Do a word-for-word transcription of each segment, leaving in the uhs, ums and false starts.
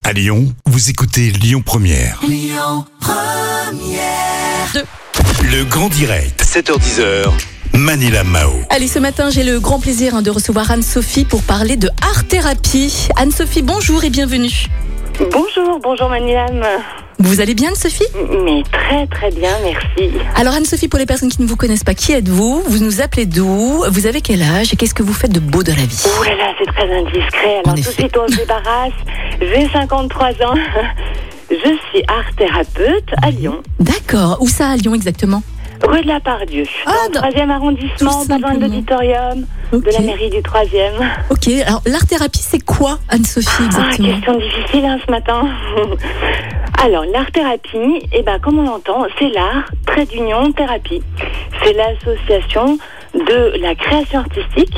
À Lyon, vous écoutez Lyon Première. Lyon Première. Deux. Le grand direct, sept heures dix, Manila Mao. Allez, ce matin, j'ai le grand plaisir hein, de recevoir Anne-Sophie pour parler de art-thérapie. Anne-Sophie, bonjour et bienvenue. Bonjour, bonjour Manilam. Vous allez bien, Anne-Sophie ? Mais très très bien, merci. Alors Anne-Sophie, pour les personnes qui ne vous connaissent pas, qui êtes-vous ? Vous nous appelez d'où ? Vous avez quel âge ? Et qu'est-ce que vous faites de beau dans la vie ? Ouh là là, c'est très indiscret. Alors En tout de effet. suite, on se débarrasse. J'ai cinquante-trois ans. Je suis art-thérapeute à Lyon, D'accord. Où ça, à Lyon, exactement ? rue de la Pardieu, Ah, dans le dans- troisième arrondissement, Tout pas loin de simplement. l'auditorium Ok. de la mairie du troisième. Ok, alors l'art-thérapie, c'est quoi, Anne-Sophie, Ah, exactement ? question difficile hein, ce matin. Alors, l'art-thérapie, eh ben, comme on l'entend, c'est l'art, trait d'union, thérapie. C'est l'association de la création artistique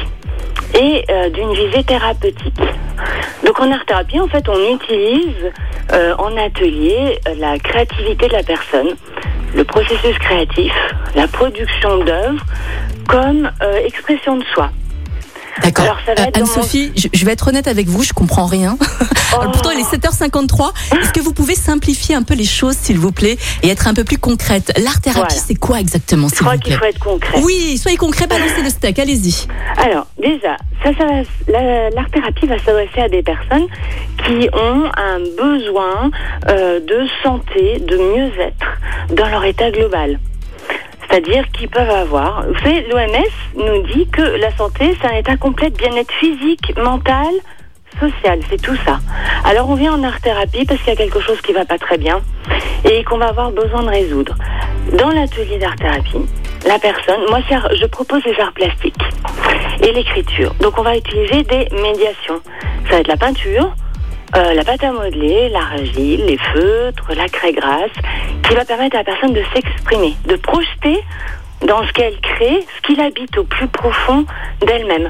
et euh, d'une visée thérapeutique. Donc, en art-thérapie, en fait, on utilise euh, en atelier euh, la créativité de la personne, le processus créatif, la production d'œuvres comme euh, expression de soi. D'accord. Alors, ça va Euh, être dans Anne-Sophie, je, je vais être honnête avec vous, je comprends rien. Alors, pourtant, il est sept heures cinquante-trois. Est-ce que vous pouvez simplifier un peu les choses, s'il vous plaît, et être un peu plus concrète ? L'art-thérapie, Voilà. c'est quoi exactement, Je s'il crois vous qu'il plaît ? faut être concret. Oui, soyez concret, balancez le steak, allez-y. Alors, déjà, ça, ça va- la- l'art-thérapie va s'adresser à des personnes qui ont un besoin euh, de santé, de mieux-être dans leur état global. C'est-à-dire qu'ils peuvent avoir... Vous savez, l'O M S nous dit que la santé, c'est un état complet de bien-être physique, mental, social, c'est tout ça. Alors, on vient en art-thérapie parce qu'il y a quelque chose qui va pas très bien et qu'on va avoir besoin de résoudre. Dans l'atelier d'art-thérapie, la personne... Moi, c'est art- je propose les arts plastiques et l'écriture. Donc, on va utiliser des médiations. Ça va être la peinture, euh, la pâte à modeler, l'argile, les feutres, la craie grasse, qui va permettre à la personne de s'exprimer, de projeter dans ce qu'elle crée, ce qui l'habite au plus profond d'elle-même.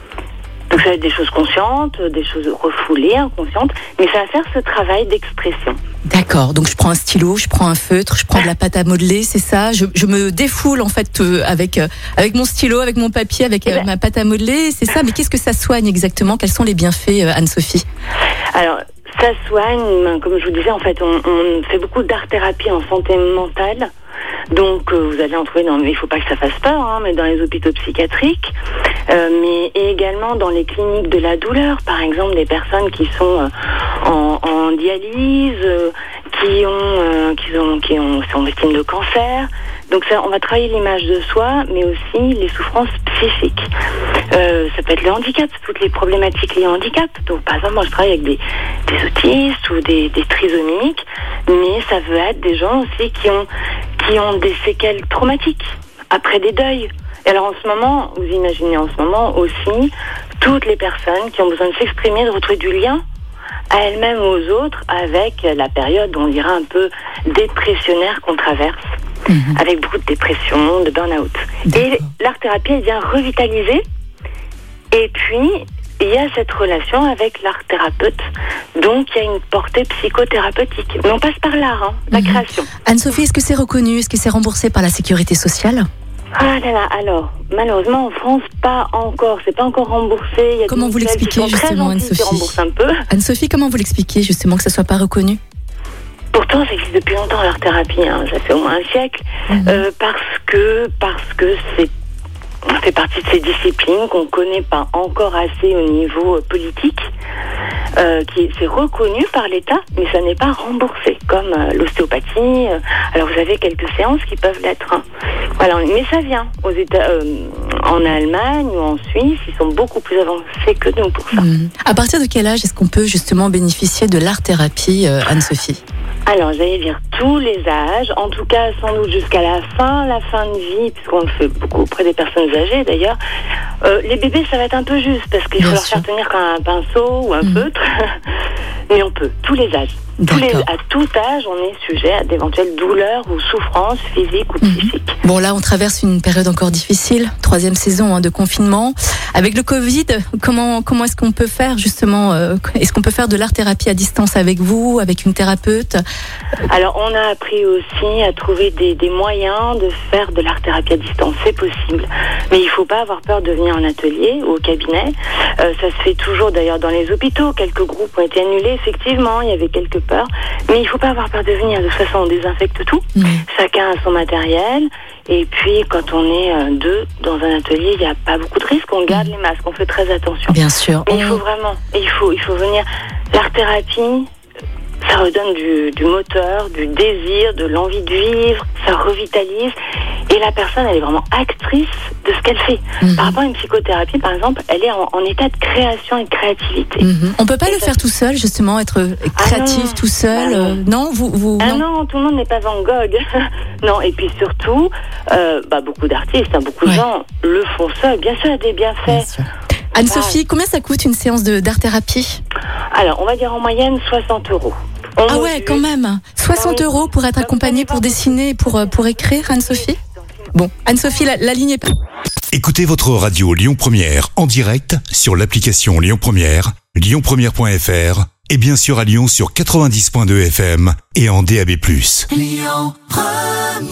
Donc ça va être des choses conscientes, des choses refoulées, inconscientes, mais ça va faire ce travail d'expression. D'accord, donc je prends un stylo, je prends un feutre, je prends de la pâte à modeler, c'est ça. Je, je me défoule en fait euh, avec euh, avec mon stylo, avec mon papier, avec euh, Eh ben. ma pâte à modeler, c'est ça. Mais qu'est-ce que ça soigne exactement ? Quels sont les bienfaits, euh, Anne-Sophie ? Alors, ça soigne, comme je vous disais, en fait, on, on fait beaucoup d'art-thérapie en santé mentale. Donc, euh, vous allez en trouver dans, mais il ne faut pas que ça fasse peur, hein, mais dans les hôpitaux psychiatriques, euh, mais et également dans les cliniques de la douleur, par exemple, des personnes qui sont euh, en, en dialyse, euh, qui ont, euh, qui ont, qui ont, sont victimes de cancer. Donc, ça, on va travailler l'image de soi, mais aussi les souffrances psychiques. Euh, ça peut être le handicap, toutes les problématiques liées au handicap. Donc, par exemple, moi, je travaille avec des, des autistes ou des, des trisomiques, mais ça veut être des gens aussi qui ont, qui ont des séquelles traumatiques après des deuils. Et alors, en ce moment, vous imaginez en ce moment aussi toutes les personnes qui ont besoin de s'exprimer, de retrouver du lien à elles-mêmes ou aux autres avec la période, on dirait un peu dépressionnaire qu'on traverse. Mhm. Avec beaucoup de dépression, de burn-out. Et l'art-thérapie, elle vient revitaliser. Et puis, il y a cette relation avec l'art-thérapeute. Donc, il y a une portée psychothérapeutique. Mais on passe par l'art, hein, la Mhm. création. Anne-Sophie, est-ce que c'est reconnu ? Est-ce que c'est remboursé par la sécurité sociale ? Ah là là, alors, malheureusement, en France, pas encore. C'est pas encore remboursé. Il y a Comment des vous mutuelles qui l'expliquez, sont très justement, gentilles, qui Anne-Sophie ? remboursent un peu. Anne-Sophie, comment vous l'expliquez justement que ça soit pas reconnu ? Pourtant, ça existe depuis longtemps, l'art-thérapie. Hein. Ça fait au moins un siècle. Mhm. Euh, parce que, parce que c'est, ça fait partie de ces disciplines qu'on ne connaît pas encore assez au niveau euh, politique. Euh, qui c'est reconnu par l'État, mais ça n'est pas remboursé, comme euh, l'ostéopathie. euh, alors vous avez quelques séances qui peuvent l'être. Hein. Voilà, mais ça vient aux États, euh, en Allemagne ou en Suisse, ils sont beaucoup plus avancés que nous pour ça. Mhm. À partir de quel âge est-ce qu'on peut justement bénéficier de l'art-thérapie, euh, Anne-Sophie ? Alors, j'allais dire tous les âges, en tout cas sans doute jusqu'à la fin, la fin de vie, puisqu'on le fait beaucoup auprès des personnes âgées d'ailleurs. Euh, les bébés, ça va être un peu juste, parce qu'il faut Bien leur sûr. faire tenir comme un pinceau ou un Mhm. feutre. Mais on peut, tous les âges. Tous les, D'accord. à tout âge, on est sujet à d'éventuelles douleurs ou souffrances physiques ou Mhm. psychiques. Bon, là, on traverse une période encore difficile, troisième saison hein, de confinement. Avec le Covid, comment comment est-ce qu'on peut faire justement euh, Est-ce qu'on peut faire de l'art-thérapie à distance avec vous, avec une thérapeute ? Alors, on a appris aussi à trouver des, des moyens de faire de l'art-thérapie à distance. C'est possible. Mais il ne faut pas avoir peur de venir en atelier ou au cabinet. Euh, ça se fait toujours d'ailleurs dans les hôpitaux. Quelques groupes ont été annulés effectivement, il y avait quelques peurs, mais il ne faut pas avoir peur de venir. De toute façon, on désinfecte tout. Mmh. Chacun a son matériel. Et puis, quand on est euh, deux dans un atelier, il n'y a pas beaucoup de risques. On garde mmh. les masques, on fait très attention. Bien sûr. Mais on... il faut vraiment, il faut, il faut venir. L'art-thérapie, ça redonne du, du moteur, du désir, de l'envie de vivre, ça revitalise. Et la personne, elle est vraiment actrice de ce qu'elle fait. Mmh. Par rapport à une psychothérapie, par exemple, elle est en, en état de création et de créativité. Mmh. On peut pas et le ça... faire tout seul, justement, être créatif ah tout seul. Ah non. Euh, non, vous, vous ah non. non, tout le monde n'est pas Van Gogh. Non, et puis surtout, euh, bah, beaucoup d'artistes, hein, beaucoup ouais. de gens le font seuls. Bien sûr, il y a des bienfaits. Anne-Sophie, combien ça coûte une séance de, d'art-thérapie ? Alors, on va dire en moyenne soixante euros. On ah ouais, quand même. soixante ah oui. euros pour être accompagnée, pour dessiner, pour, pour écrire, Anne-Sophie ? Bon, Anne-Sophie, la, la ligne est... Écoutez votre radio Lyon Première en direct sur l'application Lyon Première, lyon première point f r et bien sûr à Lyon sur quatre-vingt-dix point deux F M et en D A B plus. Lyon Première.